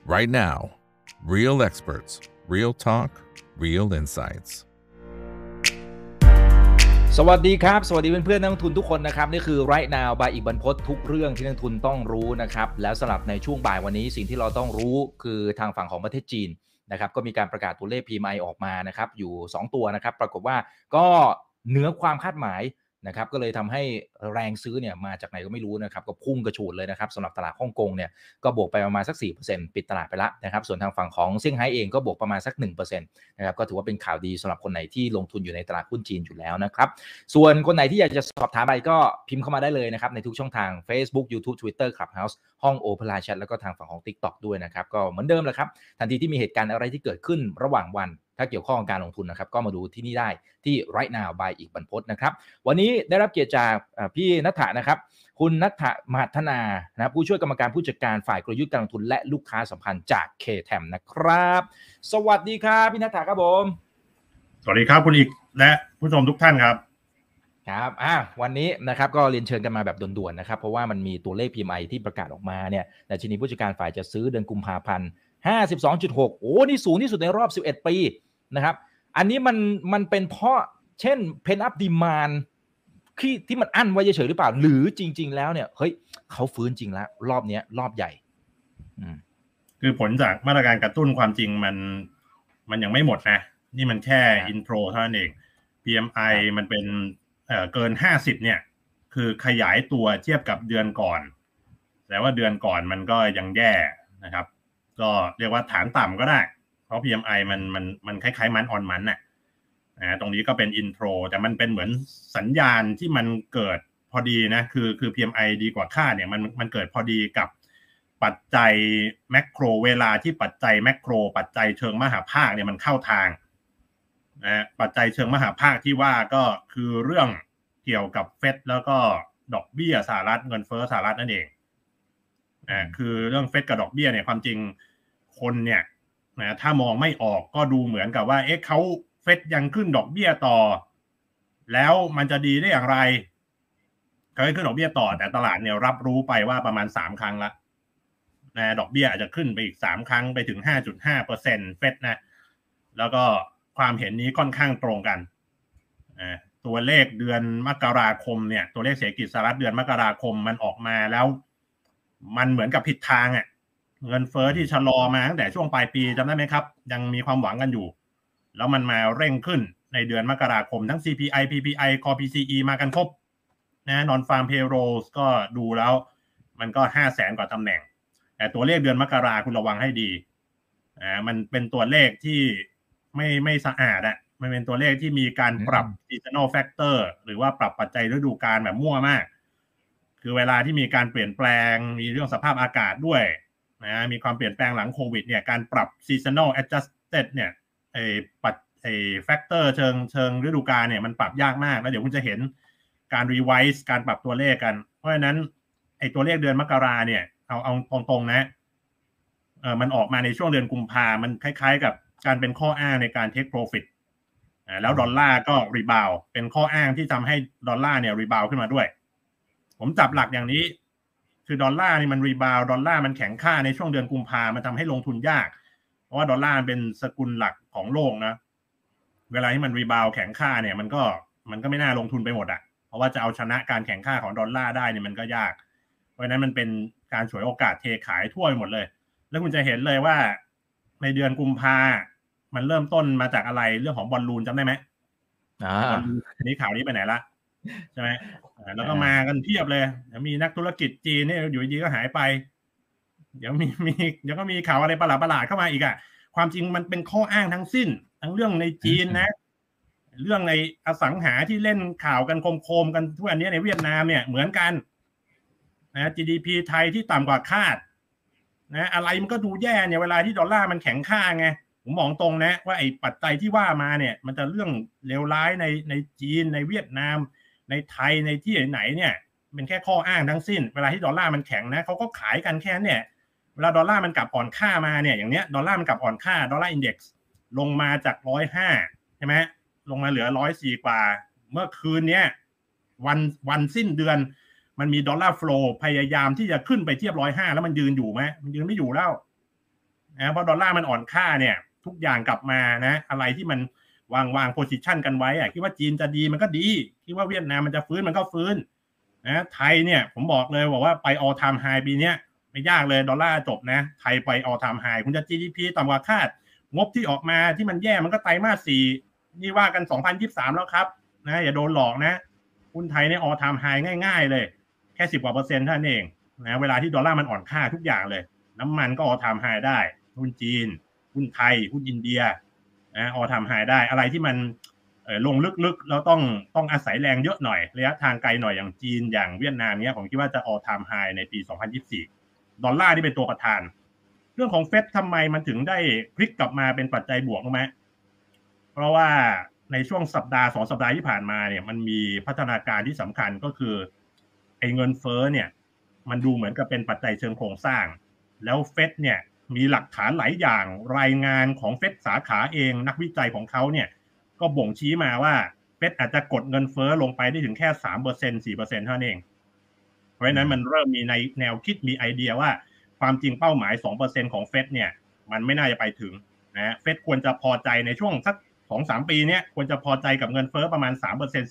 right now. Real experts, real talk, real insights. สวัสดีครับสวัสดีเพื่อนๆนักลงทุนทุกคนนะครับนี่คือ Right Now by อีกบรรพตทุกเรื่องที่นักลงทุนต้องรู้นะครับแล้วสำหรับในช่วงบ่ายวันนี้สิ่งที่เราต้องรู้คือทางฝั่งของประเทศจีนนะครับก็มีการประกาศตัวเลข PMI ออกมานะครับอยู่2ตัวนะครับปรากฏว่าก็เหนือความคาดหมายนะครับก็เลยทำให้แรงซื้อเนี่ยมาจากไหนก็ไม่รู้นะครับก็พุ่งกระฉูดเลยนะครับสำหรับตลาดฮ่องกงเนี่ยก็บวกไปประมาณสัก 4% ปิดตลาดไปแล้วนะครับส่วนทางฝั่งของเซี่ยงไฮ้เองก็บวกประมาณสัก 1% นะครับก็ถือว่าเป็นข่าวดีสำหรับคนไหนที่ลงทุนอยู่ในตลาดหุ้นจีนอยู่แล้วนะครับส่วนคนไหนที่อยากจะสอบถามอะไรก็พิมพ์เข้ามาได้เลยนะครับในทุกช่องทาง Facebook YouTube Twitter Clubhouse ห้อง Open Line Chat แล้วก็ทางฝั่งของ TikTok ด้วยนะครับก็เหมือนเดิมแหละครับทันทีที่มีเหตุการณ์อะไรที่เกิดขึ้นระหว่างวันถ้าเกี่ยวข้องกับการลงทุนนะครับก็มาดูที่นี่ได้ที่ Right Now by อีกบรรพตนะครับวันนี้ได้รับเกียรติจากพี่ณัฐนะครับคุณณัฐมหัฒนานะผู้ช่วยกรรมการผู้จัดการฝ่ายกลยุทธ์การลงทุนและลูกค้าสัมพันธ์จาก KTM นะครับสวัสดีครับพี่ณัฐครับผมสวัสดีครับคุณอีกและผู้ชมทุกท่านครับครับวันนี้นะครับก็เรียนเชิญกันมาแบบด่วนๆนะครับเพราะว่ามันมีตัวเลข PMI ที่ประกาศออกมาเนี่ยดัชนีผู้จัดการฝ่ายจะซื้อเดือนกุมภาพันธ์52.6 โอ้นี่สูงที่สุดในรอบ11ปีนะครับอันนี้มันเป็นเพราะเช่น pent up demand ที่มันอั้นไว้เฉยๆหรือเปล่าหรือจริงๆแล้วเนี่ยเฮ้ยเขาฟื้นจริงแล้วรอบนี้รอบใหญ่คือผลจากมาตรการกระตุ้นความจริงมันยังไม่หมดนะนี่มันแค่อินโทรเท่านั้นเอง PMI มันเป็นเกิน50เนี่ยคือขยายตัวเทียบกับเดือนก่อนแต่ว่าเดือนก่อนมันก็ยังแย่นะครับก็เรียกว่าฐานต่ำก็ได้เพราะ PMI มันคล้ายๆมันออนมันน่ะตรงนี้ก็เป็นอินโทรแต่มันเป็นเหมือนสัญญาณที่มันเกิดพอดีนะคือ PMI ดีกว่าคาดเนี่ยมันเกิดพอดีกับปัจจัยแมคโครเวลาที่ปัจจัยแมคโครปัจจัยเชิงมหาภาคเนี่ยมันเข้าทางปัจจัยเชิงมหาภาคที่ว่าก็คือเรื่องเกี่ยวกับเฟดแล้วก็ดอกเบี้ยสหรัฐเงินเฟ้อสหรัฐนั่นเองคือเรื่องเฟดกับดอกเบี้ยเนี่ยความจริงคนเนี่ยนะถ้ามองไม่ออกก็ดูเหมือนกับว่าเขาเฟดยังขึ้นดอกเบี้ยต่อแล้วมันจะดีได้อย่างไรเขาให้ขึ้นดอกเบี้ยต่อแต่ตลาดเนี่ยรับรู้ไปว่าประมาณ3ครั้งละนะดอกเบี้ยอาจจะขึ้นไปอีก3ครั้งไปถึง 5.5% เฟดนะแล้วก็ความเห็นนี้ค่อนข้างตรงกันตัวเลขเดือนมกราคมเนี่ยตัวเลขเศรษฐกิจสหรัฐเดือนมกราคมมันออกมาแล้วมันเหมือนกับผิดทางเงินเฟ้อที่ชะลอมาตั้งแต่ช่วงปลายปีจำได้ไหมครับยังมีความหวังกันอยู่แล้วมันมาเร่งขึ้นในเดือนมกราคมทั้ง CPI PPI Core PCE มากันครบนะนอนฟาร์มเพโรลก็ดูแล้วมันก็ 500,000 กว่าตำแหน่งแต่ตัวเลขเดือนมกราคุณระวังให้ดีมันเป็นตัวเลขที่ไม่สะอาดมันเป็นตัวเลขที่มีการปรับ seasonal factor หรือว่าปรับปัจจัยฤดูกาลแบบมั่วมากคือเวลาที่มีการเปลี่ยนแปลงมีเรื่องสภาพอากาศด้วยมีความเปลี่ยนแปลงหลังโควิดเนี่ยการปรับ seasonal adjusted เนี่ยfactor เชิงฤดูกาลเนี่ยมันปรับยากมากแล้วเดี๋ยวคุณจะเห็นการ revise การปรับตัวเลขกันเพราะฉะนั้นตัวเลขเดือนมกราเนี่ยเอาตรงๆนะมันออกมาในช่วงเดือนกุมภามันคล้ายๆกับการเป็นข้ออ้างในการ take profit แล้วดอลลาร์ก็รีบาวเป็นข้ออ้างที่ทำให้ดอลลาร์เนี่ยรีบาวขึ้นมาด้วยผมจับหลักอย่างนี้คือดอลลาร์นี่มันรีบาวดอลลาร์มันแข็งค่าในช่วงเดือนกุมภามันทำให้ลงทุนยากเพราะว่าดอลลาร์เป็นสกุลหลักของโลกนะเวลาที่มันรีบาวแข็งค่าเนี่ยมันก็ไม่น่าลงทุนไปหมดเพราะว่าจะเอาชนะการแข็งค่าของดอลลาร์ได้เนี่ยมันก็ยากเพราะฉะนั้นมันเป็นการฉวยโอกาสเทขายทั่วไปหมดเลยแล้วคุณจะเห็นเลยว่าในเดือนกุมภามันเริ่มต้นมาจากอะไรเรื่องของบอลลูนจำได้ไหมบอลลูนนี้ข่าวนี้ไปไหนละใช่ไหมแล้วก็มากันเพียบเลยมีนักธุรกิจจีนเนี่ยอยู่ดีก็หายไปเดี๋ยวก็มีข่าวอะไรประหลาดเข้ามาอีกความจริงมันเป็นข้ออ้างทั้งสิ้นทั้งเรื่องในจีนนะเรื่องในอสังหาที่เล่นข่าวกันโคมกันทุกอันนี้ในเวียดนามเนี่ยเหมือนกันGDP ไทยที่ต่ำกว่าคาดอะไรมันก็ดูแย่เนี่ยเวลาที่ดอลลาร์มันแข็งค่าไงผมมองตรงนะว่าไอ้ปัจจัยที่ว่ามาเนี่ยมันจะเรื่องเลวร้ายในจีนในเวียดนามในไทยในที่ไหนเนี่ยเป็นแค่ข้ออ้างทั้งสิ้นเวลาที่ดอลลาร์มันแข็งนะเขาก็ขายกันแค่เนี่ยเวลาดอลลาร์มันกลับอ่อนค่ามาเนี่ยอย่างเนี้ยดอลลาร์มันกลับอ่อนค่าดอลลาร์อินเด็กซ์ลงมาจาก105ใช่ไหมลงมาเหลือ104กว่าเมื่อคืนเนี้ยวันสิ้นเดือนมันมีดอลลาร์โฟลว์พยายามที่จะขึ้นไปเทียบ105แล้วมันยืนอยู่ไหมมันยืนไม่อยู่แล้วนะเพราะดอลลาร์มันอ่อนค่าเนี่ยทุกอย่างกลับมานะอะไรที่มันวางโพซิชันกันไว้คิดว่าจีนจะดีมันก็ดีคิดว่าเวียดนามมันจะฟื้นมันก็ฟื้นนะไทยเนี่ยผมบอกเลยบอกว่าไป all time high ปีนี้ไม่ยากเลยดอลลาร์จบนะไทยไป all time high คุณจะ GDP ต่ำกว่าคาดงบที่ออกมาที่มันแย่มันก็ไตรมาส 4นี่ว่ากัน2023แล้วครับนะอย่าโดนหลอกนะหุ้นไทยเนี่ย all time high ง่ายๆเลยแค่10%กว่าเท่านั้นเองนะเวลาที่ดอลลาร์มันอ่อนค่าทุกอย่างเลยน้ำมันก็ all time high ได้หุ้นจีนหุ้นไทยหุ้นอินเดียนะall time high ได้อะไรที่มันลงลึกๆแล้วต้องอาศัยแรงเยอะหน่อยระยะทางไกลหน่อยอย่างจีนอย่างเวียดนามเนี้ยผมคิดว่าจะ all time high ในปี2024ดอลลาร์นี่เป็นตัวประธานเรื่องของเฟดทำไมมันถึงได้พลิกกลับมาเป็นปัจจัยบวกรู้ไหมเพราะว่าในช่วงสัปดาห์2 สัปดาห์ที่ผ่านมาเนี่ยมันมีพัฒนาการที่สำคัญก็คือไอ้เงินเฟ้อเนี่ยมันดูเหมือนกับเป็นปัจจัยเชิงโครงสร้างแล้วเฟดเนี่ยมีหลักฐานหลายอย่างรายงานของเฟดสาขาเองนักวิจัยของเขาเนี่ยก็บ่งชี้มาว่าเฟดอาจจะกดเงินเฟ้อลงไปได้ถึงแค่ 3% 4% เท่านั้นเองเพราะฉะนั้นมันเริ่มมีในแนวคิดมีไอเดียว่าความจริงเป้าหมาย 2% ของเฟดเนี่ยมันไม่น่าจะไปถึงนะเฟดควรจะพอใจในช่วงสัก 2-3 ปีเนี่ยควรจะพอใจกับเงินเฟ้อประมาณ 3%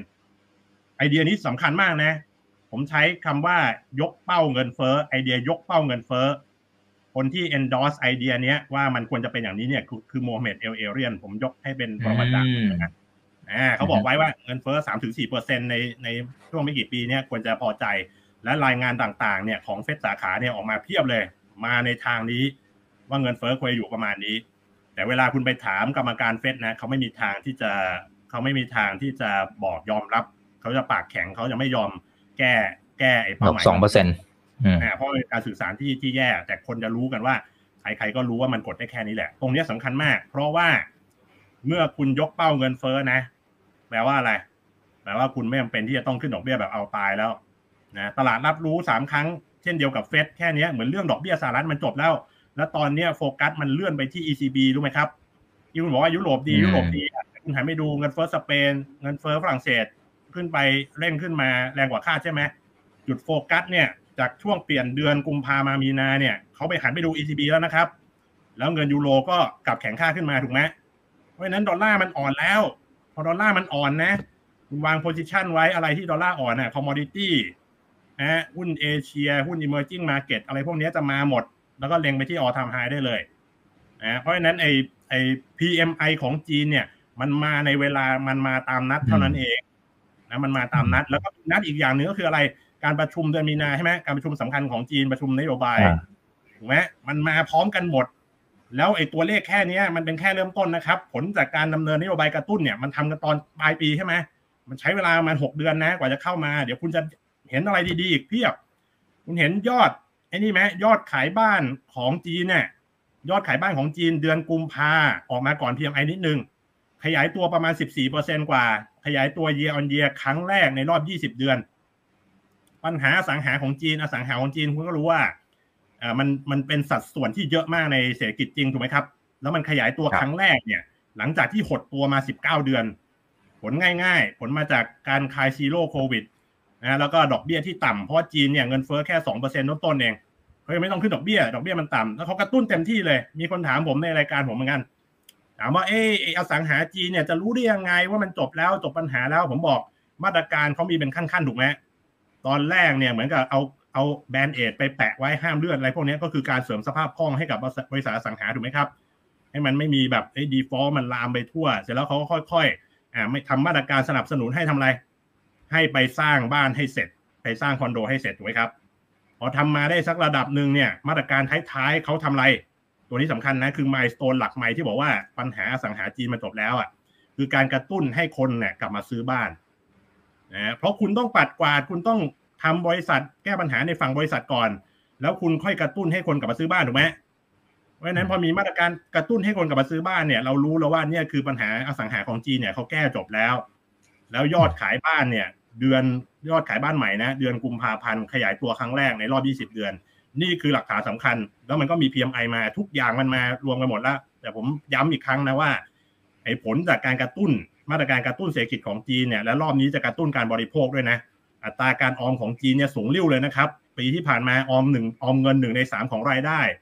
4% ไอเดียนี้สำคัญมากนะผมใช้คำว่ายกเป้าเงินเฟ้อไอเดียยกเป้าเงินเฟ้อคนที่ endorse ไอเดียนี้ว่ามันควรจะเป็นอย่างนี้เนี่ยคือโมฮัมเหม็ดเอลเอเรียนผมยกให้เป็นปรมาจารย์นะเขาบอกไว้ว่าเงินเฟ้อ 3-4% ในช่วงไม่กี่ปีเนี่ยควรจะพอใจและรายงานต่างๆเนี่ยของเฟดสาขาเนี่ยออกมาเพียบเลยมาในทางนี้ว่าเงินเฟ้อควรอยู่ประมาณนี้แต่เวลาคุณไปถามกรรมการเฟดนะเขาไม่มีทางที่จะบอกยอมรับเขาจะปากแข็งเขาจะไม่ยอมแก้ไอ้เป้าหมาย 2% เพราะเป็นการสื่อสารที่แย่แต่คนจะรู้กันว่าใครๆก็รู้ว่ามันกดได้แค่นี้แหละตรงนี้สำคัญมากเพราะว่าเมื่อคุณยกเป้าเงินเฟ้อนะแปลว่าอะไรแปลว่าคุณไม่จำเป็นที่จะต้องขึ้นดอกเบี้ยแบบเอาตายแล้วนะตลาดรับรู้3ครั้งเช่นเดียวกับเฟดแค่นี้เหมือนเรื่องดอกเบี้ยสหรัฐมันจบแล้วแล้วตอนนี้โฟกัสมันเลื่อนไปที่ ECB รู้ไหมครับที่คุณบอกว่ายุโรปดีคุณหันไปดูเงินเฟ้อสเปนเงินเฟ้อฝรั่งเศสขึ้นไปเร่งขึ้นมาแรงกว่าคาดใช่ไหมจุดโฟกัสเนี่ยจากช่วงเปลี่ยนเดือนกุมภาพันธ์มามีนาเนี่ยเขาไปหันไปดู ECB แล้วนะครับแล้วเงินยูโรก็กลับแข็งค่าขึ้นมาถูกไหมเพราะฉะนั้นดอลลาร์มันอ่อนแล้วพอดอลลาร์มันอ่อนนะคุณวางโพซิชันไว้อะไรที่ดอลลาร์อ่อนคอมมอดิตี้หุ้นเอเชียหุ้น emerging market อะไรพวกนี้จะมาหมดแล้วก็เล็งไปที่ all time high ได้เลยเพราะฉะนั้นไอ้ PMI ของจีนเนี่ยมันมาในเวลามันมาตามนัดเท่านั้นเองนะมันมาตามนัดแล้วก็นัดอีกอย่างหนึ่งก็คืออะไรการประชุมเดือนมีนาใช่ไหมการประชุมสำคัญของจีนประชุมนโยบายถูกไหมมันมาพร้อมกันหมดแล้วไอ้ตัวเลขแค่นี้มันเป็นแค่เริ่มต้นนะครับผลจากการดำเนินนโยบายกระตุ้นเนี่ยมันทำกันตอนปลายปีใช่ไหมมันใช้เวลาประมาณ6 เดือนนะกว่าจะเข้ามาเดี๋ยวคุณจะเห็นอะไรดีๆอีกเพียบคุณเห็นยอดไอ้นี่ไหมยอดขายบ้านของจีนเนี่ยยอดขายบ้านของจีนเดือนกุมภาออกมาก่อน PMI นิดนึงขยายตัวประมาณ 14% กว่าขยายตัว year on year ครั้งแรกในรอบ20 เดือนปัญหาอสังหาของจีนคุณก็รู้ว่ามันเป็นสัดส่วนที่เยอะมากในเศรษฐกิจจริงถูกไหมครับแล้วมันขยายตัวครั้งแรกเนี่ยหลังจากที่หดตัวมา19 เดือนผลง่ายๆผลมาจากการคลายซีโร่โควิดนะแล้วก็ดอกเบี้ยที่ต่ำเพราะว่าจีนเนี่ยเงินเฟ้อแค่ 2% ต้นๆเองเขายังไม่ต้องขึ้นดอกเบี้ยมันต่ำแล้วเขากระตุ้นเต็มที่เลยมีคนถามผมในรายการผมเหมือนกันถามว่าอสังหาจีนเนี่ยจะรู้ได้ยังไงว่ามันจบปัญหาแล้วผมบอกมาตรการเขามีเป็นขั้นๆถูกไหมตอนแรกเนี่ยเหมือนกับเอาแบนเอดไปแปะไว้ห้ามเลือดอะไรพวกนี้ก็คือการเสริมสภาพคล่องให้กับบริษัทอสังหาถูกไหมครับให้มันไม่มีแบบดีฟอลต์มันลามไปทั่วเสร็จแล้วเขาก็ค่อยๆไม่ทำมาตรการสนับสนุนให้ทำอะไรให้ไปสร้างบ้านให้เสร็จไปสร้างคอนโดให้เสร็จถูกไหมครับพอทำมาได้สักระดับหนึ่งเนี่ยมาตรการท้ายๆเขาทำอะไรตัวนี้สำคัญนะคือไมล์สโตนหลักใหม่ที่บอกว่าปัญหาอสังหาจีนมันจบแล้วคือการกระตุ้นให้คนเนี่ยกลับมาซื้อบ้านนะเพราะคุณต้องปัดกวาดคุณต้องทำบริษัทแก้ปัญหาในฝั่งบริษัทก่อนแล้วคุณค่อยกระตุ้นให้คนกลับมาซื้อบ้านถูกไหมเพราะฉะนั้นพอมีมาตรการกระตุ้นให้คนกลับมาซื้อบ้านเนี่ยเรารู้แล้วว่าเนี่ยคือปัญหาอสังหาของจีนเนี่ยเขาแก้จบแล้วยอดขายบ้านเนี่ยยอดขายบ้านใหม่นะเดือนกุมภาพันธ์ขยายตัวครั้งแรกในรอบ20 เดือนนี่คือหลักฐานสำคัญแล้วมันก็มี PMI มาทุกอย่างมันมารวมกันหมดแล้วแต่ผมย้ำอีกครั้งนะว่าไอ้ผลจากการกระตุ้นมาตรการกระตุ้นเศรษฐกิจของจีนเนี่ยและรอบนี้จะกระตุ้นการบริโภคด้วยนะอัตราการออมของจีนเนี่ยสูงริ่วเลยนะครับปีที่ผ่านมาออมเงิน1 ใน 3ของรายได้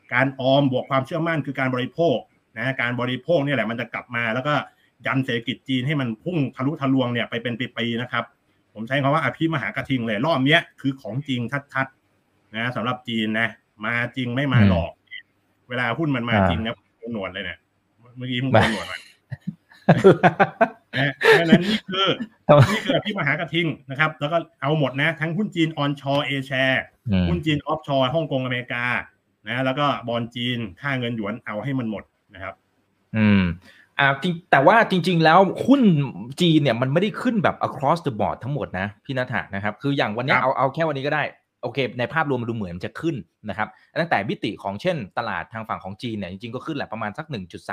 การออมบวกความเชื่อมั่นคือการบริโภคนะการบริโภคนี่แหละมันจะกลับมาแล้วก็ยันเศรษฐกิจจีนให้มันพุ่งทะลุทะลวงเนี่ยไปเป็นปีๆนะครับผมใช้คำว่าอภิมหากระทิงเลยรอบนี้คือของจริงชัดๆนะสำหรับจีนนะมาจริงไม่มาหลอกเวลาหุ้นมันมาจริงเนี่ยหนวดเลยเนี่ยเมื่อกี้มึงหนวดมาเพราะนั้นนี่คืออภิมหากระทิงนะครับแล้วก็เอาหมดนะทั้งหุ้นจีนออนชอร์เอแชร์หุ้นจีนออฟชอร์ฮ่องกงอเมริกานะแล้วก็บอนด์จีนค่าเงินหยวนเอาให้มันหมดนะครับแต่ว่าจริงๆแล้วหุ้นจีนเนี่ยมันไม่ได้ขึ้นแบบ across the board ทั้งหมดนะพี่ณฐานะครับคืออย่างวันนี้เอาแค่วันนี้ก็ได้โอเคในภาพรวมมันดูเหมือนจะขึ้นนะครับตั้งแต่มิติของเช่นตลาดทางฝั่งของจีนเนี่ยจริงๆก็ขึ้นแหละประมาณสัก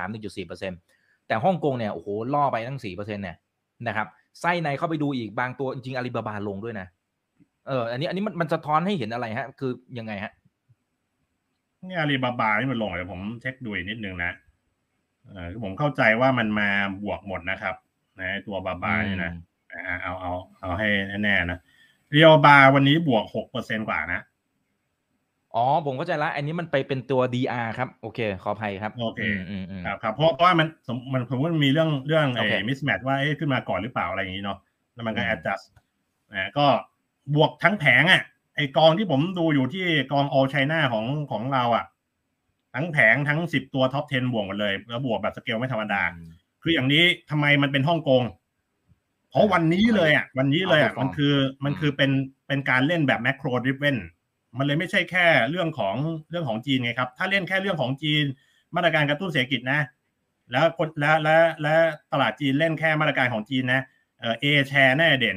1.3-1.4% แต่ฮ่องกงเนี่ยโอ้โหล่อไปตั้ง 4% เนี่ยนะครับไส้ในเข้าไปดูอีกบางตัวจริงๆอาลีบาบาลงด้วยนะอันนี้มันสะท้อนให้เห็นอะไรฮะคือยังไงฮะนี่อาลีบาบานี่มันลงเลยผมเช็คดูนิดนึงนะผมเข้าใจว่ามันมาบวกหมดนะครับนะตัวบาบานี่นะเอาให้แน่ๆนะเรียวบาวันนี้บวก 6% กว่านะผมเข้าใจละอันนี้มันไปเป็นตัว DR ครับโอเคขออภัยครับโอเคครับเพราะว่ามันผมว่ามันมีเรื่องmismatch ว่าขึ้นมาก่อนหรือเปล่าอะไรอย่างนี้เนาะแล้วมันก็ adjust ก็บวกทั้งแผงไอกองที่ผมดูอยู่ที่กอง All China ของเราทั้งแผงทั้ง10ตัวท็อป10บวกหมดเลยแล้วบวกแบบสเกลไม่ธรรมดาคืออย่างนี้ทำไมมันเป็นฮ่องกงเพราะวันนี้เลยมันคือเป็นการเล่นแบบ macro driven มันเลยไม่ใช่แค่เรื่องของจีนไงครับถ้าเล่นแค่เรื่องของจีนมาตรการกระตุ้นเศรษฐกิจนะแล้วตลาดจีนเล่นแค่มาตรการของจีนนะA share น่าจะเด่น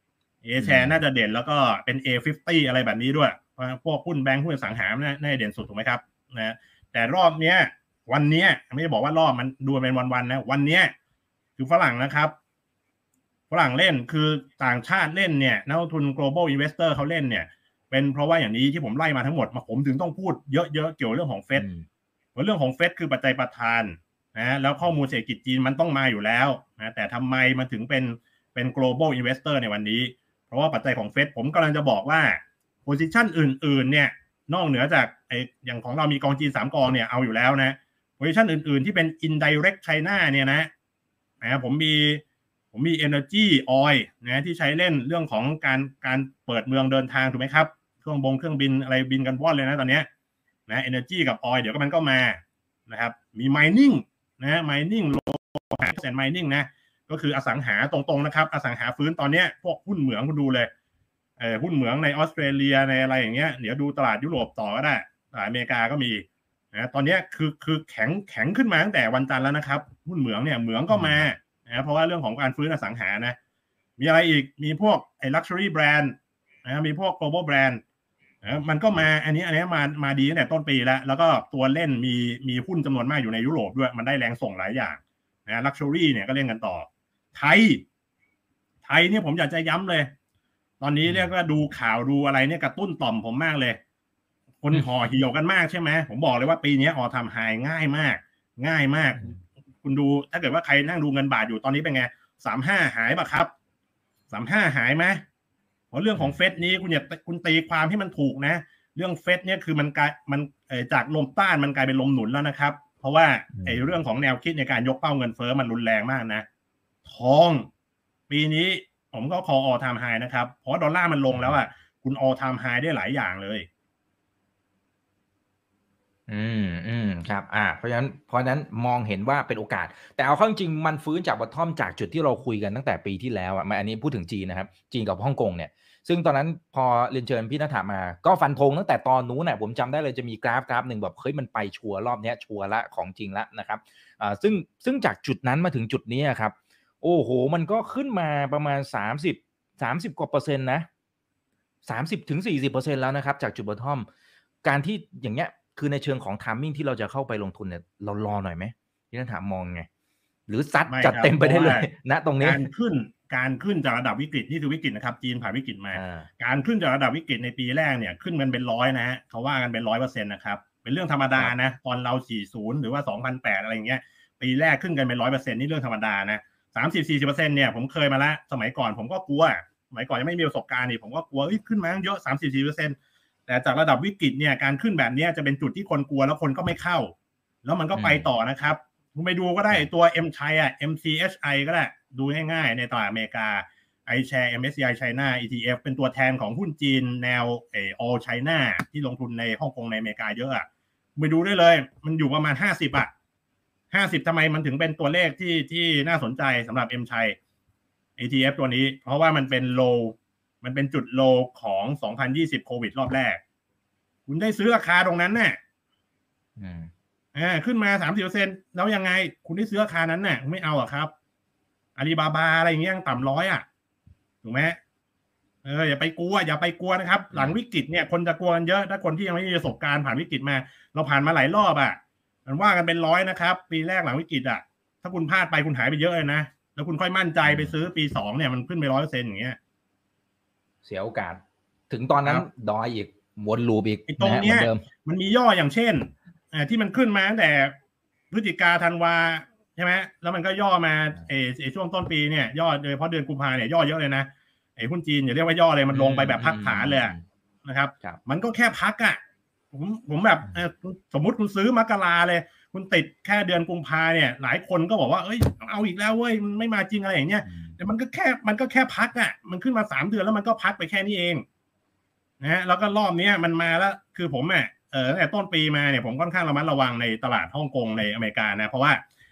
A share น่าจะเด่นแล้วก็เป็น A50 อะไรแบบนี้ด้วยพวกหุ้นแบงค์หุ้นสังหาน่าจะเด่นสุดถูกไหมครับนะแต่รอบนี้วันนี้ไม่ได้บอกว่ารอบมันดูเป็นวันๆนะวันนี้คือฝรั่งนะครับฝรั่งเล่นคือต่างชาติเล่นเนี่ยนักลงทุน global investor เขาเล่นเนี่ยเป็นเพราะว่าอย่างนี้ที่ผมไล่มาทั้งหมดผมถึงต้องพูดเยอะๆเกี่ยวเรื่องของเฟดเพราะเรื่องของเฟดคือปัจจัยประธานนะแล้วข้อมูลเศรษฐกิจจีนมันต้องมาอยู่แล้วนะแต่ทำไมมันถึงเป็น global investor ในวันนี้เพราะว่าปัจจัยของเฟดผมกำลังจะบอกว่า position อื่นๆเนี่ยนอกเหนือจากอย่างของเรามีกองจีน3กองเนี่ยเอาอยู่แล้วนะ position อื่นๆที่เป็น indirect China เนี่ยนะผมมี energy oil นะที่ใช้เล่นเรื่องของการเปิดเมืองเดินทางถูกไหมครับเครื่องบินอะไรบินกันว่อนเลยนะตอนนี้นะ energy กับ oil เดี๋ยวก็มันก็มานะครับมี mining นะ mining โลหะเซ็น mining นะก็คืออสังหาตรงๆนะครับอสังหาฟื้นตอนนี้พวกหุ้นเหมืองคุณดูเลยหุ้นเหมืองในออสเตรเลียในอะไรอย่างเงี้ยเดี๋ยวดูตลาดยุโรปต่อก็ได้ตลาดอเมริกาก็มีนะตอนนี้คือแข็งขึ้นมาตั้งแต่วันจันทร์แล้วนะครับหุ้นเหมืองเนี่ยเหมืองก็มานะเพราะว่าเรื่องของการฟื้นอสังหานะมีอะไรอีกมีพวกluxury brand นะมีพวก global brand นะมันก็มาอันนี้มาดีตั้งแต่ต้นปีแล้วก็ตัวเล่นมีหุ้นจำนวนมากอยู่ในยุโรปด้วยมันได้แรงส่งหลายอย่างนะ luxury เนี่ยก็เล่นกันต่อไทยเนี่ยผมอยากจะย้ำเลยตอนนี้เรียกว่าดูข่าวดูอะไรเนี่ยกระตุ้นต่อมผมมากเลยคนห่อเหี่ยวกันมากใช่ไหมผมบอกเลยว่าปีนี้all time high ง่ายมากคุณดูถ้าเกิดว่าใครนั่งดูเงินบาทอยู่ตอนนี้เป็นไง35หายป่ะครับ35หายไหมเพราะเรื่องของเฟดนี้คุณตีความให้มันถูกนะเรื่องเฟดเนี่ยคือมันจากลมต้านมันกลายเป็นลมหนุนแล้วนะครับเพราะว่าเรื่องของแนวคิดในการยกเป้าเงินเฟ้อมันรุนแรงมากนะทองปีนี้ผมก็คอall time high นะครับเพราะดอลลาร์มันลงแล้วคุณ all time high ได้หลายอย่างเลยครับเพราะฉะนั้นมองเห็นว่าเป็นโอกาสแต่เอาเข้าจริงมันฟื้นจากบอททอมจากจุดที่เราคุยกันตั้งแต่ปีที่แล้วอันนี้พูดถึงจีนนะครับจีนกับฮ่องกงเนี่ยซึ่งตอนนั้นพอเรียนเชิญพี่ณฐามาก็ฟันธงตั้งแต่ตอนนู้นผมจำได้เลยจะมีกราฟหนึ่งแบบเฮ้ยมันไปชัวร์รอบนี้ชัวร์ละของจริงละนะครับซึ่งจากจุดนั้นมาถึงจุดนี้ครับโอ้โหมันก็ขึ้นมาประมาณ30กว่า%นะ30-40%แล้วนะครับจากจุดบอททอมการที่อย่างเงี้ยคือในเชิงของไทมิ่งที่เราจะเข้าไปลงทุนเนี่ยเรารอหน่อยไหมที่นั่นถามมองไงหรือซัดจัดเต็มไปได้เลยณตรงนี้การขึ้นจากระดับวิกฤตนี่คือวิกฤตนะครับจีนผ่านวิกฤตมาการขึ้นจากระดับวิกฤตในปีแรกเนี่ยขึ้นกันเป็น100นะฮะเขาว่ากันเป็น 100% นะครับเป็นเรื่องธรรมดานะตอนเรา40หรือว่า2008อะไรอย่างเงี้ยปีแรกขึ้นกันเป็น 100% นี่เรื่องธรรมดานะ 30-40% เนี่ยผมเคยมาแล้วสมัยก่อนผมก็กลัวสมัยก่อนยังไม่มีประสบการณ์นี่ผมก็กลัวขึ้นมาเยอะ 30-40% แต่จากระดับวิกฤตเนี่ยการขึ้นแบบนี้จะเป็นจุดที่คนกลัวแล้วคนก็ไม่เข้าแล้วมันก็ไปต่อนะครับคุณไปดูก็ได้ตัว MCHI อ่ะ MCHI ก็ได้ดูง่ายๆในตลาดอเมริกา iShare MSCI China ETF เป็นตัวแทนของหุ้นจีนแนวAll China ที่ลงทุนในฮ่องกงในอเมริกาเยอะอ่ะไปดูได้เลยมันอยู่ประมาณ50อ่ะ50ทำไมมันถึงเป็นตัวเลขที่น่าสนใจสำหรับ MCHI ETF ตัวนี้เพราะว่ามันเป็นโลมันเป็นจุดโลของ2020โควิดรอบแรกคุณได้ซื้อราคาตรงนั้นน่ะขึ้นมา 30% แล้วยังไงคุณได้ซื้อราคานั้นน่ะไม่เอาอ่ะครับอาลีบาบาอะไรอย่างเงี้ยต่ำ100อ่ะถูกไหมอย่าไปกลัวนะครับหลังวิกฤตเนี่ยคนจะกลัวกันเยอะถ้าคนที่ยังไม่มีประสบการณ์ผ่านวิกฤตมาเราผ่านมาหลายรอบอ่ะมันว่ากันเป็น100นะครับปีแรกหลังวิกฤตอ่ะถ้าคุณพลาดไปคุณหายไปเยอะเลยนะแล้วคุณค่อยมั่นใจไปซื้อปี2เนี่ยมันขึ้นไป 100% อย่างเงี้ยเสียโอกาสถึงตอนนั้นดอยอีกวนลูปอีกตรงเนี้ยมันมีย่ออย่างเช่นที่มันขึ้นมาตั้งแต่พฤศจิกาธันวาใช่ไหมแล้วมันก็ย่อมาช่วงต้นปีเนี่ยย่อโดยเฉพาะเดือนกุมภาเนี่ยย่อเยอะเลยนะหุ้นจีนอย่าเรียกว่าย่อเลยมันลงไปแบบพักฐานเลยนะครับมันก็แค่พักอ่ะผมแบบสมมุติคุณซื้อมกราเลยคุณติดแค่เดือนกุมภาเนี่ยหลายคนก็บอกว่าเอ้ยเอาอีกแล้วเว้ยมันไม่มาจริงอะไรอย่างเงี้ยแต่มันก็แค่พักอ่ะมันขึ้นมา3 เดือนแล้วมันก็พักไปแค่นี้เองนะแล้วก็รอบนี้มันมาแล้วคือผมตั้งแต่ต้นปีมาเนี่ยผมค่อนข้างระมัดระวังในตลาดฮ่องกงในอเมริกานะเพราะว่า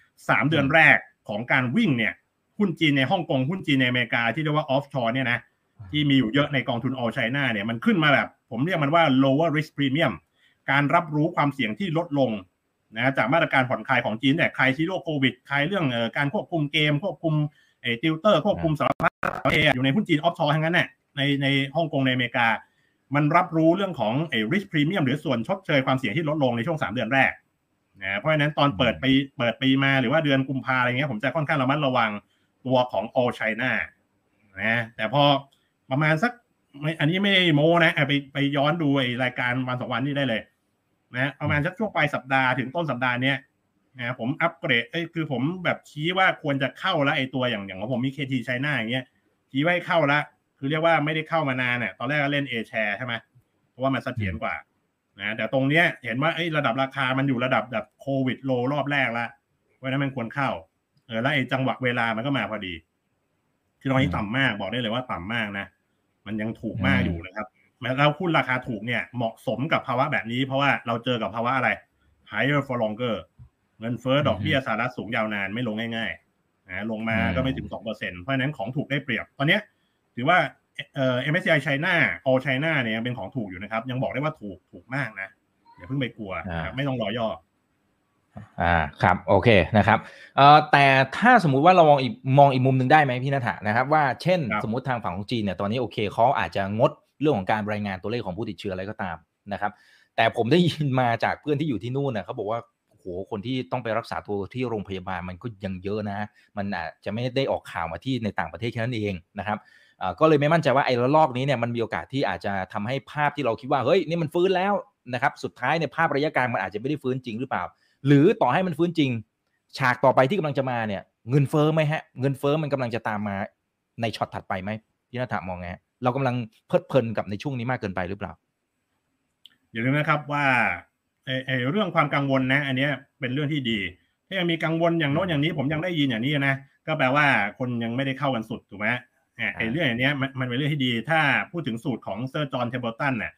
3 เดือนแรกของการวิ่งเนี่ยหุ้นจีนในฮ่องกงหุ้นจีนในอเมริกาที่เรียกว่า offshore เนี่ยนะที่มีอยู่เยอะในกองทุน All China เนี่ยมันขึ้นมาแบบผมเรียกมันว่า lower risk premium การรับรู้ความเสี่ยงที่ลดลงนะจากมาตรการผ่อนคลายของจีนเนี่ยคลายซีโร่โควิดคลายเรื่องการควบคุมเกมควบคุมติวเตอร์ควบคุมสารพัดอยู่ในหุ้นจีน offshore ทั้งนั้นเนี่ยในฮ่องกงในอเมริกามันรับรู้เรื่องของrisk premium หรือส่วนชดเชยความเสี่ยงที่ลดลงในช่วง3 เดือนแรกนะเพราะฉะนั้นตอนเปิดปีมาหรือว่าเดือนกุมภาอะไรเงี้ยผมจะค่อนข้างระมัดระวังตัวของ All China นะแต่พอประมาณสักอันนี้ไม่ได้โม้นะไปย้อนดูรายการวัน2 วันนี้ได้เลยนะประมาณสักช่วงปลายสัปดาห์ถึงต้นสัปดาห์นี้นะผมอัปเกรดคือผมแบบชี้ว่าควรจะเข้าแล้วตัวอย่างของผมมี KT China อย่างเงี้ยชี้ไว้เข้าแล้วคือเรียกว่าไม่ได้เข้ามานานเนี่ยตอนแรกก็เล่น A-share ใช่ไหมเพราะว่ามันเสถียรกว่านะแต่ตรงเนี้ยเห็นว่าระดับราคามันอยู่ระดับแบบโควิดโลรอบแรกแล้วเพราะนั้นมันควรเข้าแล้วจังหวะเวลามันก็มาพอดีที่ตรงนี้ต่ำมากบอกได้เลยว่าต่ำมากนะมันยังถูกมากอยู่นะครับแล้วหุ้นราคาถูกเนี่ยเหมาะสมกับภาวะแบบนี้เพราะว่าเราเจอกับภาวะอะไร higher for longer เงินเฟ้อดอกเบี้ยสหรัฐสูงยาวนานไม่ลงง่ายๆนะลงมาก็ไม่ถึง 2% เพราะฉะนั้นของถูกได้เปรียบตอนนี้ถือว่าMSCI China All China เนี่ยยังเป็นของถูกอยู่นะครับยังบอกได้ว่าถูกมากนะอย่าเพิ่งไปกลัวไม่ต้องรอย่อครับโอเคนะครับแต่ถ้าสมมุติว่าเรามองอีกมุมหนึ่งได้ไหมพี่ณฐานะครับว่าเช่นสมมุติทางฝั่งของจีนเนี่ยตอนนี้โอเคเขาอาจจะงดเรื่องของการรายงานตัวเลขของผู้ติดเชื้ออะไรก็ตามนะครับแต่ผมได้ยินมาจากเพื่อนที่อยู่ที่นู่นนะเขาบอกว่าโหคนที่ต้องไปรักษาตัวที่โรงพยาบาลมันก็ยังเยอะนะมันอาจจะไม่ได้ออกข่าวมาที่ในต่างประเทศแค่นั้นเองนะครับก็เลยไม่มั่นใจว่าไอ้ระลอกนี้เนี่ยมันมีโอกาสที่อาจจะทำให้ภาพที่เราคิดว่าเฮ้ยนี่มันฟื้นแล้วนะครับสุดท้ายในภาพระยะกลางมันอาจจะไม่ได้ฟื้นจริงหรือเปล่าหรือต่อให้มันฟื้นจริงฉากต่อไปที่กำลังจะมาเนี่ยเงินเฟ้อไหมฮะเงินเฟ้อมันกำลังจะตามมาในช็อตถัดไปไหมพี่ณฐามองไงเรากำลังเพลิดเพลินกับในช่วงนี้มากเกินไปหรือเปล่าอย่าลืมนะครับว่าเรื่องความกังวลนะอันนี้เป็นเรื่องที่ดีถ้ายังมีกังวลอย่างโน้นอย่างนี้ผมยังได้ยินอย่างนี้นะก็แปลว่าคนยังไม่ได้เข้ากันสุดถูกไหมเรื่องอย่างนี้มันเป็นเรื่องที่ดีถ้าพูดถึงสูตรของเซอร์จอห์นเทเบิลตันเนี่ย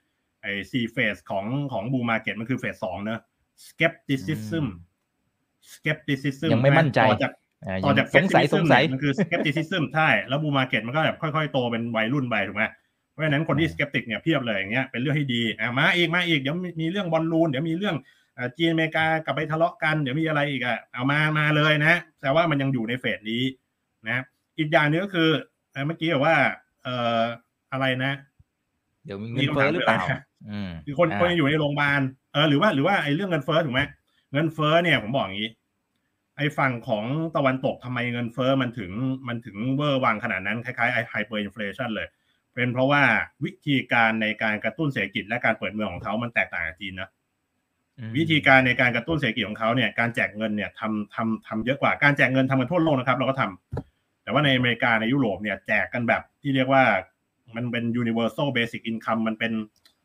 4 เฟสของบูมมาร์เก็ตมันคือเฟส 2เนอะ skepticism ยังไม่มั่นใจต่อจากสงสัยมันคือ skepticism ใช่แล้วบูมมาร์เก็ตมันก็แบบค่อยๆโตเป็นวัยรุ่นไปถูกไหมเพราะฉะนั้นคนที่ skeptic เนี่ยเพียบเลยอย่างเงี้ยเป็นเรื่องที่ดีมาอีกเดี๋ยวมีเรื่องบอลลูนเดี๋ยวมีเรื่องจีนอเมริกากลับไปทะเลาะกันเดี๋ยวมีอะไรอีกเอามาเลยนะแต่ว่ามันยังอยู่ในเฟสนี้นะอีกอย่างนึงก็คือเมื่อกี้บอกว่าอะไรนะเดี๋ยวมีเงินเฟ้อหรือเปล่าคือคนยังอยู่ในโรงพยาบาลหรือว่าไอ้เรื่องเงินเฟ้อถูกไหมเงินเฟ้อเนี่ยผมบอกอย่างนี้ไอ้ฝั่งของตะวันตกทำไมเงินเฟ้อมันถึงเวอร์วังขนาดนั้นคล้ายๆไฮเปอร์อินเฟลชันเลยเป็นเพราะว่าวิธีการในการกระตุ้นเศรษฐกิจและการเปิดเมืองของเขามันแตกต่างจากจีนนะวิธีการในการกระตุ้นเศรษฐกิจของเขาเนี่ยการแจกเงินเนี่ยทำเยอะกว่าการแจกเงินทำกันทั่วโลกนะครับเราก็ทำแต่ว่าในอเมริกาในยุโรปเนี่ยแจกกันแบบที่เรียกว่ามันเป็น universal basic income มันเป็น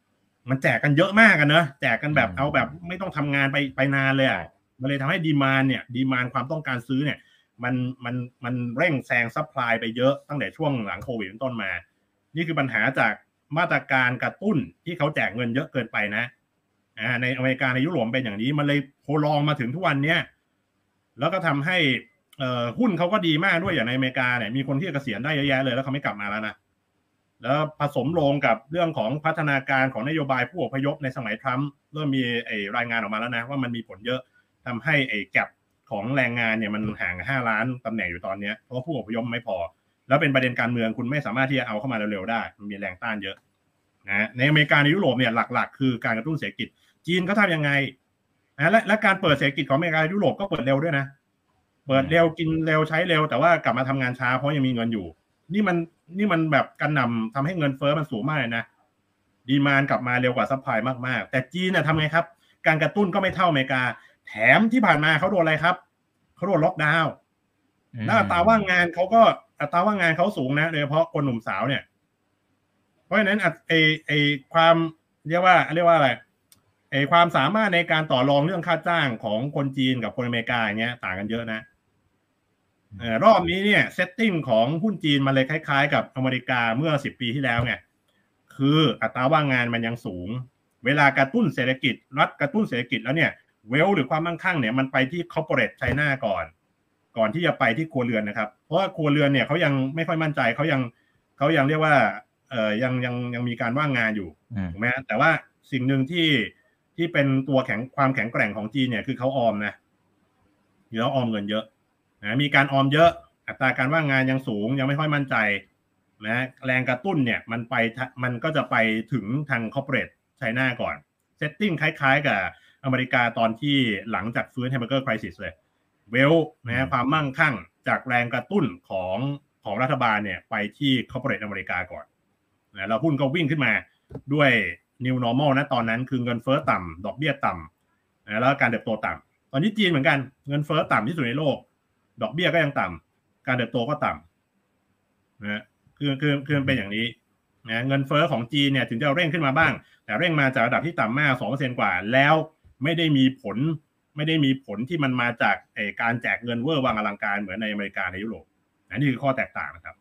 มันแจกกันเยอะมากกันเนอะแจกกันแบบเอาแบบไม่ต้องทำงานไปนานเลยอ่ะมันเลยทำให้ดีมานด์ความต้องการซื้อเนี่ยมันเร่งแซงซัพพลายไปเยอะตั้งแต่ช่วงหลังโควิดเป็นต้นมานี่คือปัญหาจากมาตรการกระตุ้นที่เขาแจกเงินเยอะเกินไปนะในอเมริกาในยุโรปเป็นอย่างนี้มันเลยโพลองมาถึงทุกวันเนี้ยแล้วก็ทำให้หุ้นเขาก็ดีมากด้วยอย่างในอเมริกาเนี่ยมีคนที่เกษียณได้เยอะแยะเลยแล้วเขาไม่กลับมาแล้วนะแล้วผสมลงกับเรื่องของพัฒนาการของนโยบายผู้อพยพในสมัยทรัมป์เริ่มมีรายงานออกมาแล้วนะว่ามันมีผลเยอะทำให้แก็ปของแรงงานเนี่ยมันห่าง5 ล้านตำแหน่งอยู่ตอนนี้เพราะว่าผู้อพยพไม่พอแล้วเป็นประเด็นการเมืองคุณไม่สามารถที่จะเอาเข้ามาเร็วๆได้มันมีแรงต้านเยอะนะในอเมริกาในยุโรปเนี่ยหลักๆคือการกระตุ้นเศรษฐกิจจีนเขาทำยังไงและการเปิดเศรษฐกิจของอเมริกายุโรปก็เปิดเร็วด้วยนะเปิดเร็วกินเร็วใช้เร็วแต่ว่ากลับมาทำงานช้าเพราะยังมีเงินอยู่นี่มันแบบกระหน่ำทำให้เงินเฟ้อมันสูงมากเลยนะดีมานด์กลับมาเร็วกว่าซัพพลายมากๆแต่จีนน่ะทำไงครับการกระตุ้นก็ไม่เท่าอเมริกาแถมที่ผ่านมาเขาโดนอะไรครับเขาโดนล็อกดาวน์แล้วอัตราว่างงานเขาสูงนะโดยเฉพาะคนหนุ่มสาวเนี่ยเพราะฉะนั้นความเรียกว่าอะไรความสามารถในการต่อรองเรื่องค่าจ้างของคนจีนกับคนอเมริกาอย่างเงี้ยต่างกันเยอะนะรอบนี้เนี่ยเซตติ้งของหุ้นจีนมันเลยคล้ายๆกับอเมริกาเมื่อ10 ปีที่แล้วไงคืออัตราว่างงานมันยังสูงเวลากระตุ้นเศรษฐกิจรัฐกระตุ้นเศรษฐกิจแล้วเนี่ยเวลหรือความมั่งคั่งเนี่ยมันไปที่ corporate China ก่อนที่จะไปที่ครัวเรือนนะครับเพราะว่าครัวเรือนเนี่ยเขายังไม่ค่อยมั่นใจเขายังเรียกว่ายังมีการว่างงานอยู่ถูกไหมแต่ว่าสิ่งหนึ่งที่เป็นตัวความแข็งแกร่งของจีนเนี่ยคือเขาออมนะเขาออมเงินเยอะนะมีการออมเยอะอัตราการว่างงานยังสูงยังไม่ค่อยมั่นใจนะแรงกระตุ้นเนี่ยมันก็จะไปถึงทาง corporate China ก่อนเซตติ้งคล้ายๆกับอเมริกาตอนที่หลังจากฟื้น Hamburger Crisis เลยเวลนะความมั่งคั่งจากแรงกระตุ้นของรัฐบาลเนี่ยไปที่ corporate อเมริกาก่อนนะแล้วหุ้นก็วิ่งขึ้นมาด้วย New Normal นะตอนนั้นคือเงินเฟ้อต่ำดอกเบี้ยต่ำนะแล้วการเติบโตต่ำตอนนี้จีนเหมือนกันเงินเฟ้อต่ำที่สุดในโลกดอกเบี้ยก็ยังต่ำการเติบโตก็ต่ำนะคือมันเป็นอย่างนี้นะเงินเฟ้อของจีนเนี่ยถึงจะเร่งขึ้นมาบ้างแต่เร่งมาจากระดับที่ต่ำมาก 2% กว่าแล้วไม่ได้มีผลที่มันมาจากการแจกเงินเวอร์วังอลังการเหมือนในอเมริกาในยุโรปนี่คือข้อแตกต่างนะครับ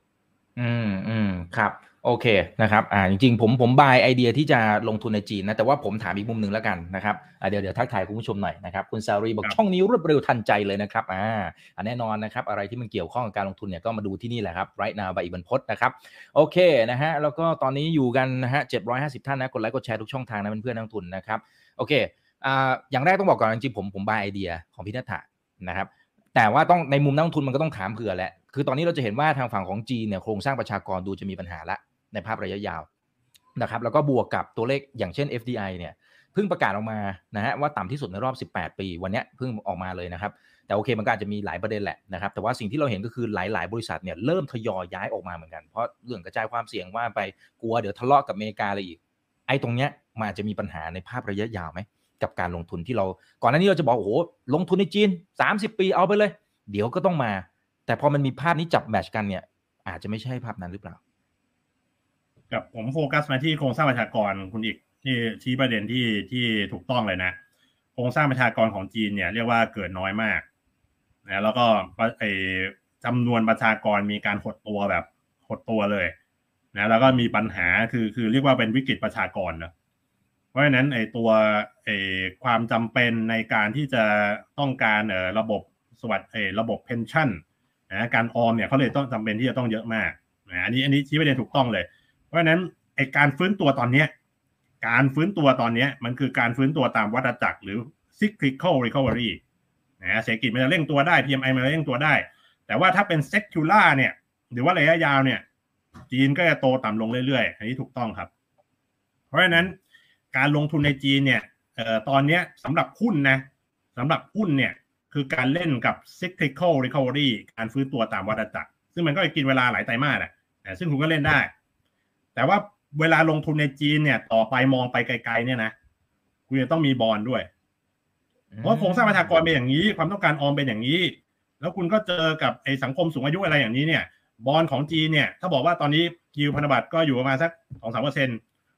ครับโอเคนะครับจริงๆผมบายไอเดียที่จะลงทุนในจีนนะแต่ว่าผมถามอีกมุมนึงแล้วกันนะครับเดี๋ยวทักทายคุณผู้ชมหน่อยนะครับคุณซารีบอกช่องนี้รวดเร็วทันใจเลยนะครับแน่นอนนะครับอะไรที่มันเกี่ยวข้องกับการลงทุนเนี่ยก็มาดูที่นี่แหละครับ Right Now บายอีกบรรพตนะครับโอเคนะฮะแล้วก็ตอนนี้อยู่กันนะฮะ750ท่านนะกดไลค์กดแชร์ทุกช่องทางนะเพื่อนๆนักลงทุนนะครับโอเคอย่างแรกต้องบอกก่อนจริงๆผมบายไอเดียของพี่ณัฐนะครับแต่ว่าต้องในมุมนักลงทุนมันก็ต้องถามเผื่อแหละคือตอนนี้เราจะเห็นว่าทางฝั่งของจีนเนี่ยโครงสร้างประชากรดูจะมีปัญหาละในภาพระยะยาวนะครับแล้วก็บวกกับตัวเลขอย่างเช่น FDI เนี่ยเพิ่งประกาศออกมานะฮะว่าต่ำที่สุดในรอบ18 ปีวันนี้เพิ่งออกมาเลยนะครับแต่โอเคมันก็อาจจะมีหลายประเด็นแหละนะครับแต่ว่าสิ่งที่เราเห็นก็คือหลายๆบริษัทเนี่ยเริ่มทยอยย้ายออกมาเหมือนกันเพราะเรื่องกระจายความเสี่ยงว่าไปกลัวเดี๋ยวทะเลาะกับอเมริกาอะไรอีกไอ้ตรงเนี้ยมันอาจจะมีปัญหาในภาพระยะยาวไหมกับการลงทุนที่เราก่อนหน้านี้เราจะบอกโอ้โหลงทุนในจีน30 ปีเอาไปเลยเดี๋ยวก็ต้องมาแต่พอมันมีภาพนี้จับแมทช์กันเนี่ยอาจจะไม่ใช่ภาพนั้นหรือเปล่ากับผมโฟกัสมาที่โครงสร้างประชากรคุณอีกที่ชี้ประเด็นที่ถูกต้องเลยนะโครงสร้างประชากรของจีนเนี่ยเรียกว่าเกิดน้อยมากนะแล้วก็จำนวนประชากรมีการหดตัวเลยนะแล้วก็มีปัญหาคือเรียกว่าเป็นวิกฤตประชากรนะเพราะฉะนั้นตัวความจำเป็นในการที่จะต้องการระบบระบบเพนชั่นนะการออมเนี่ยเขาเลยต้องจำเป็นที่จะต้องเยอะมากนะอันนี้ชี้ประเด็นถูกต้องเลยเพราะฉะนั้นการฟื้นตัวตอนนี้มันคือการฟื้นตัวตามวัฏจักรหรือ cyclical recovery นะเศรษฐกิจมันจะเร่งตัวได้ PMI มันจะเร่งตัวได้แต่ว่าถ้าเป็น secular เนี่ยหรือว่าระยะยาวเนี่ยจีนก็จะโตต่ำลงเรื่อยๆอันนี้ถูกต้องครับเพราะฉะนั้นการลงทุนในจีนเนี่ยตอนนี้สำหรับหุ้นเนี่ยคือการเล่นกับ cyclical recovery การฟื้นตัวตามวัฏจักรซึ่งมันก็จะกินเวลาหลายไตรมาสซึ่งคุณก็เล่นได้แต่ว่าเวลาลงทุนในจีนเนี่ยต่อไปมองไปไกลๆเนี่ยนะคุณจะต้องมีบอนด์ด้วยเพราะโครงสร้างประชากรเป็นอย่างนี้ความต้องการออมเป็นอย่างนี้แล้วคุณก็เจอกับสังคมสูงอายุอะไรอย่างนี้เนี่ยบอนด์ของจีนเนี่ยถ้าบอกว่าตอนนี้ยิลด์พันธบัตรก็อยู่ประมาณสัก 2-3%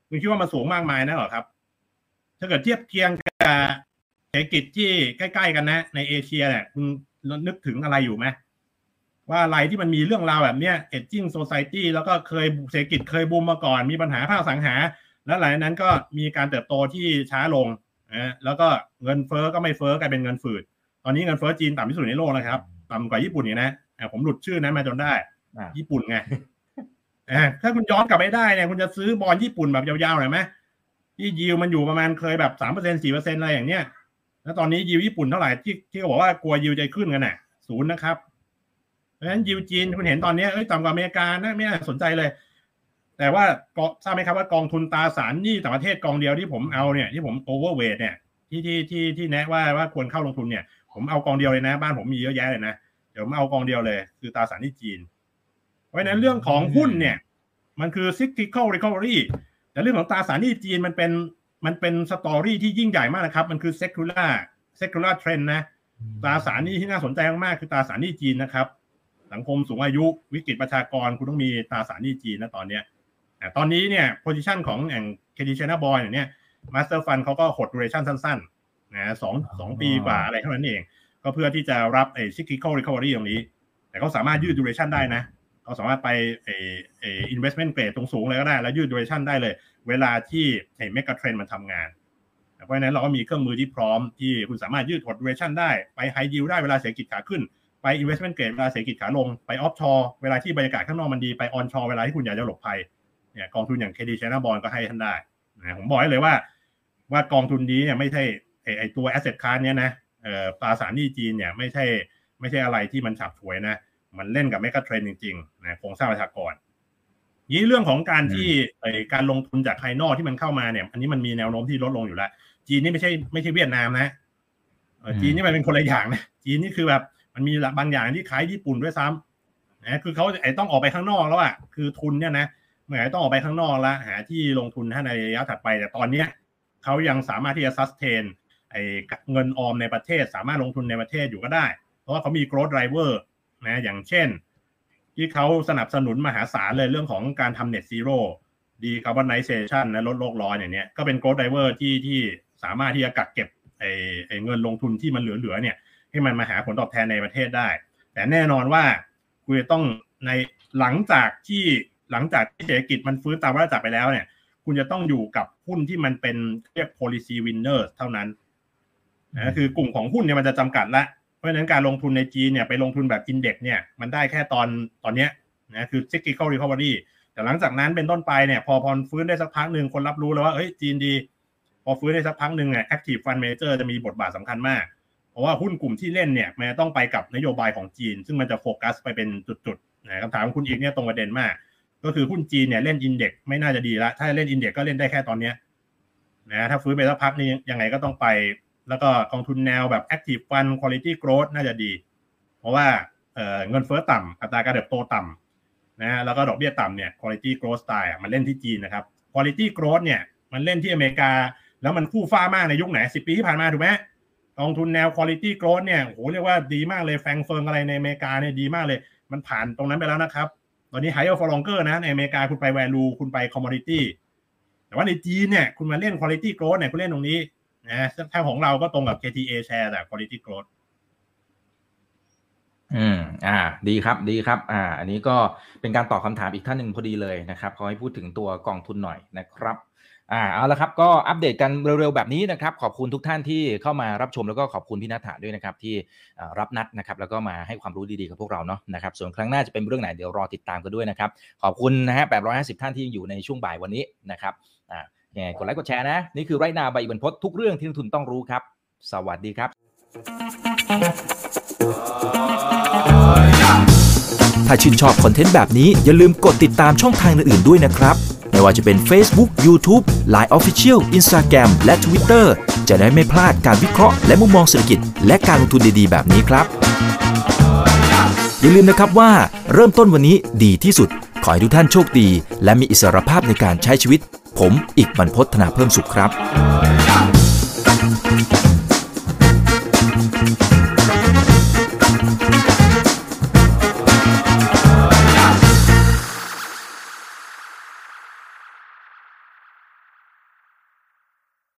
คุณคิดว่ามันสูงมากมายนะหรอครับถ้าเกิดเทียบเคียงกับเศรษฐกิจที่ใกล้ๆกันนะในเอเชียเนี่ยคุณนึกถึงอะไรอยู่ไหมว่าอะไรที่มันมีเรื่องราวแบบเนี้ย Aging Society แล้วก็เคยเศรษฐกิจเคยบูมมาก่อนมีปัญหาภาคสังหาแล้วหลังจากนั้นก็มีการเติบโตที่ช้าลงแล้วก็เงินเฟ้อก็ไม่เฟ้อกลายเป็นเงินฝืดตอนนี้เงินเฟ้อจีนต่ำที่สุดในโลกแล้วครับต่ำกว่าญี่ปุ่นอีกนะผมหลุดชื่อนั้นมาจนได้ญี่ปุ่นไงถ้าคุณย้อนกลับไปได้เนี่ยคุณจะซื้อบอลญี่ปุ่นแบบยาวๆหน่อยไหมที่ยิวมันอยู่ประมาณเคยแบบ 3% 4% อะไรอย่างเนี้ยแล้วตอนนี้ยิวญี่ปุ่นเท่าไหร่ที่เขาบอกว่ากลัวยิวจะขึ้นกันน่ะ0นะครับเพราะฉะนั้นยิวจีนคุณเห็นตอนนี้ต่ำกว่าอเมริกานะไม่น่าสนใจเลยแต่ว่าทราบไหมครับว่ากองทุนตราสารหนี้ต่างประเทศกองเดียวที่ผมเอาเนี่ยที่ผมโอเวอร์เวทเนี่ยที่แนะว่าควรเข้าลงทุนเนี่ยผมเอากองเดียวเลยนะบ้านผมมีเยอะแยะเลยนะเดี๋ยวผมเอากองเดียวเลยคือตราสารหนี้จีนเพราะฉะนั้นเรื่องของหุ้นเนี่ยมันคือ cyclical recovery แต่เรื่องของตราสารหนี้จีนมันเป็นสตอรี่ที่ยิ่งใหญ่มากนะครับมันคือ secular trend นะตราสารหนี้ที่น่าสนใจมากๆคือตราสารหนี้จีนนะครับสังคมสูงอายุวิกฤตประชากรคุณต้องมีตราสารหนี้จีนนะตอนนี้เนี่ย position ของKD China Boy เนี่ย Master Fund เขาก็หด duration สั้นๆนะ2 ปีกว่าอะไรเท่านั้นเองก็เพื่อที่จะรับcyclical recovery ตรงนี้แต่เขาสามารถยืด duration ได้นะเขาสามารถไปinvestment grade ตรงสูงเลยก็ได้แล้วยืด duration ได้เลยเวลาที่mega trend มันทำงานเพราะฉะนั้นเราก็มีเครื่องมือที่พร้อมที่คุณสามารถยืดหด duration ได้ไป high yield ได้เวลาเศรษฐกิจขาขึ้นไป investment grade เวลาเศรษฐกิจขาลงไป offshore เวลาที่บรรยากาศข้างนอกมันดีไป onshore เวลาที่คุณอยากจะหลบภัยเนี่ยกองทุนอย่าง KD China Bond ก็ให้ท่านได้นะผมบอกให้เลยว่ากองทุนนี้เนี่ยไม่ใช่ไอตัว asset class เนี้ยนะตราสารหนี้จีนเนี่ยไม่ใช่อะไรที่มันฉับฉวยนะมันเล่นกับเมกะเทรนด์จริงๆนะโครงสร้างประชากรนี้เรื่องของการที่การลงทุนจากภายนอกที่มันเข้ามาเนี่ยอันนี้มันมีแนวโน้มที่ลดลงอยู่แล้วจีนนี่ไม่ใช่เวียดนามนะจีนนี่มันเป็นคนละอย่างนะจีนนี่คือแบบมันมีบางอย่างที่คล้ายญี่ปุ่นด้วยซ้ำนะคือเขาต้องออกไปข้างนอกแล้วอ่ะคือทุนเนี่ยนะเมื่อไหร่ต้องออกไปข้างนอกแล้วหาที่ลงทุนในระยะถัดไปแต่ตอนนี้เขายังสามารถที่จะซัสเทนเงินออมในประเทศสามารถลงทุนในประเทศอยู่ก็ได้เพราะว่าเขามี growth driver นะอย่างเช่นที่เขาสนับสนุนมหาศาลเลยเรื่องของการทำ net zero decarbonization นะลดโลกร้อนอย่างเนี้ยก็เป็น growth driver ที่สามารถที่จะกักเก็บเงินลงทุนที่มันเหลือเนี่ยให้มันมาหาผลตอบแทนในประเทศได้แต่แน่นอนว่าคุณจะต้องหลังจากที่เศรษฐกิจมันฟื้นตามวัฏจักรไปแล้วเนี่ยคุณจะต้องอยู่กับหุ้นที่มันเป็นเรียก policy winners เท่านั้นนะคือกลุ่มของหุ้นเนี่ยมันจะจำกัดละเพราะฉะนั้นการลงทุนในจีนเนี่ยไปลงทุนแบบ index เนี่ยมันได้แค่ตอนเนี้ยนะคือ cyclical recovery แต่หลังจากนั้นเป็นต้นไปเนี่ยพอฟื้นได้สักพักนึงคนรับรู้แล้วว่าจีนดีพอฟื้นได้สักพักนึงเนี่ย active fund manager จะมีบทบาทสำคัญมากเพราะว่าหุ้นกลุ่มที่เล่นเนี่ยมันต้องไปกับนโยบายของจีนซึ่งมันจะโฟกัสไปเป็นจุดๆนะคำถามของคุณอีกเนี่ยตรงประเด็นมากก็คือหุ้นจีนเนี่ยเล่น index ไม่น่าจะดีละถ้าเล่น index ก็เล่นได้แค่ตอนนี้นะถ้าฟื้นไปสักพักนี้ยังไงก็ต้องไปแล้วก็กองทุนแนวแบบ active fund quality growth น่าจะดีเพราะว่าเงินเฟ้อต่ำอัตราการเติบโตต่ำนะแล้วก็ดอกเบี้ยต่ำเนี่ย quality growth style มันเล่นที่จีนนะครับ quality growth เนี่ยมันเล่นที่อเมริกาแล้วมันคู่ฟ้ามากในยุคไหน10 ปีที่ผ่านมาถูกไหมกองทุนแนว quality growth เนี่ยโหเรียกว่าดีมากเลยแฟงเฟิงอะไรในอเมริกาเนี่ยดีมากเลยมันผ่านตรงนั้นไปแล้วนะครับตอนนี้ higher for longer นะในอเมริกาคุณไป value คุณไป commodity แต่ว่าในจีนเนี่ยคุณมาเล่น quality growth เนี่ยคุณเล่นตรงนี้นะถ้าของเราก็ตรงกับ KTA share แต่ quality growth ดีครับอันนี้ก็เป็นการตอบคำถามอีกท่านหนึ่งพอดีเลยนะครับเขาให้พูดถึงตัวกองทุนหน่อยนะครับเอาละครับก็อัปเดตกันเร็วๆแบบนี้นะครับขอบคุณทุกท่านที่เข้ามารับชมแล้วก็ขอบคุณพี่ณัฐฐาด้วยนะครับที่รับนัดนะครับแล้วก็มาให้ความรู้ดีๆกับพวกเราเนาะนะครับส่วนครั้งหน้าจะเป็นเรื่องไหนเดี๋ยวรอติดตามกันด้วยนะครับขอบคุณนะฮะ850ท่านที่อยู่ในช่วงบ่ายวันนี้นะครับยังไงกดไลค์กดแชร์นะนี่คือไรนาใบอิบันพจน์ทุกเรื่องที่นักทุนต้องรู้ครับสวัสดีครับถ้าชื่นชอบคอนเทนต์แบบนี้อย่าลืมกดติดตามช่องทางอื่นๆด้วยนะครับไม่ว่าจะเป็น Facebook, YouTube, Line Official, Instagram และ Twitter จะได้ไม่พลาดการวิเคราะห์และมุมมองเศรษฐกิจและการลงทุนดีๆแบบนี้ครับอย่าลืมนะครับว่าเริ่มต้นวันนี้ดีที่สุดขอให้ทุกท่านโชคดีและมีอิสรภาพในการใช้ชีวิตผมอีกบรรพต ธนาเพิ่มสุขครับ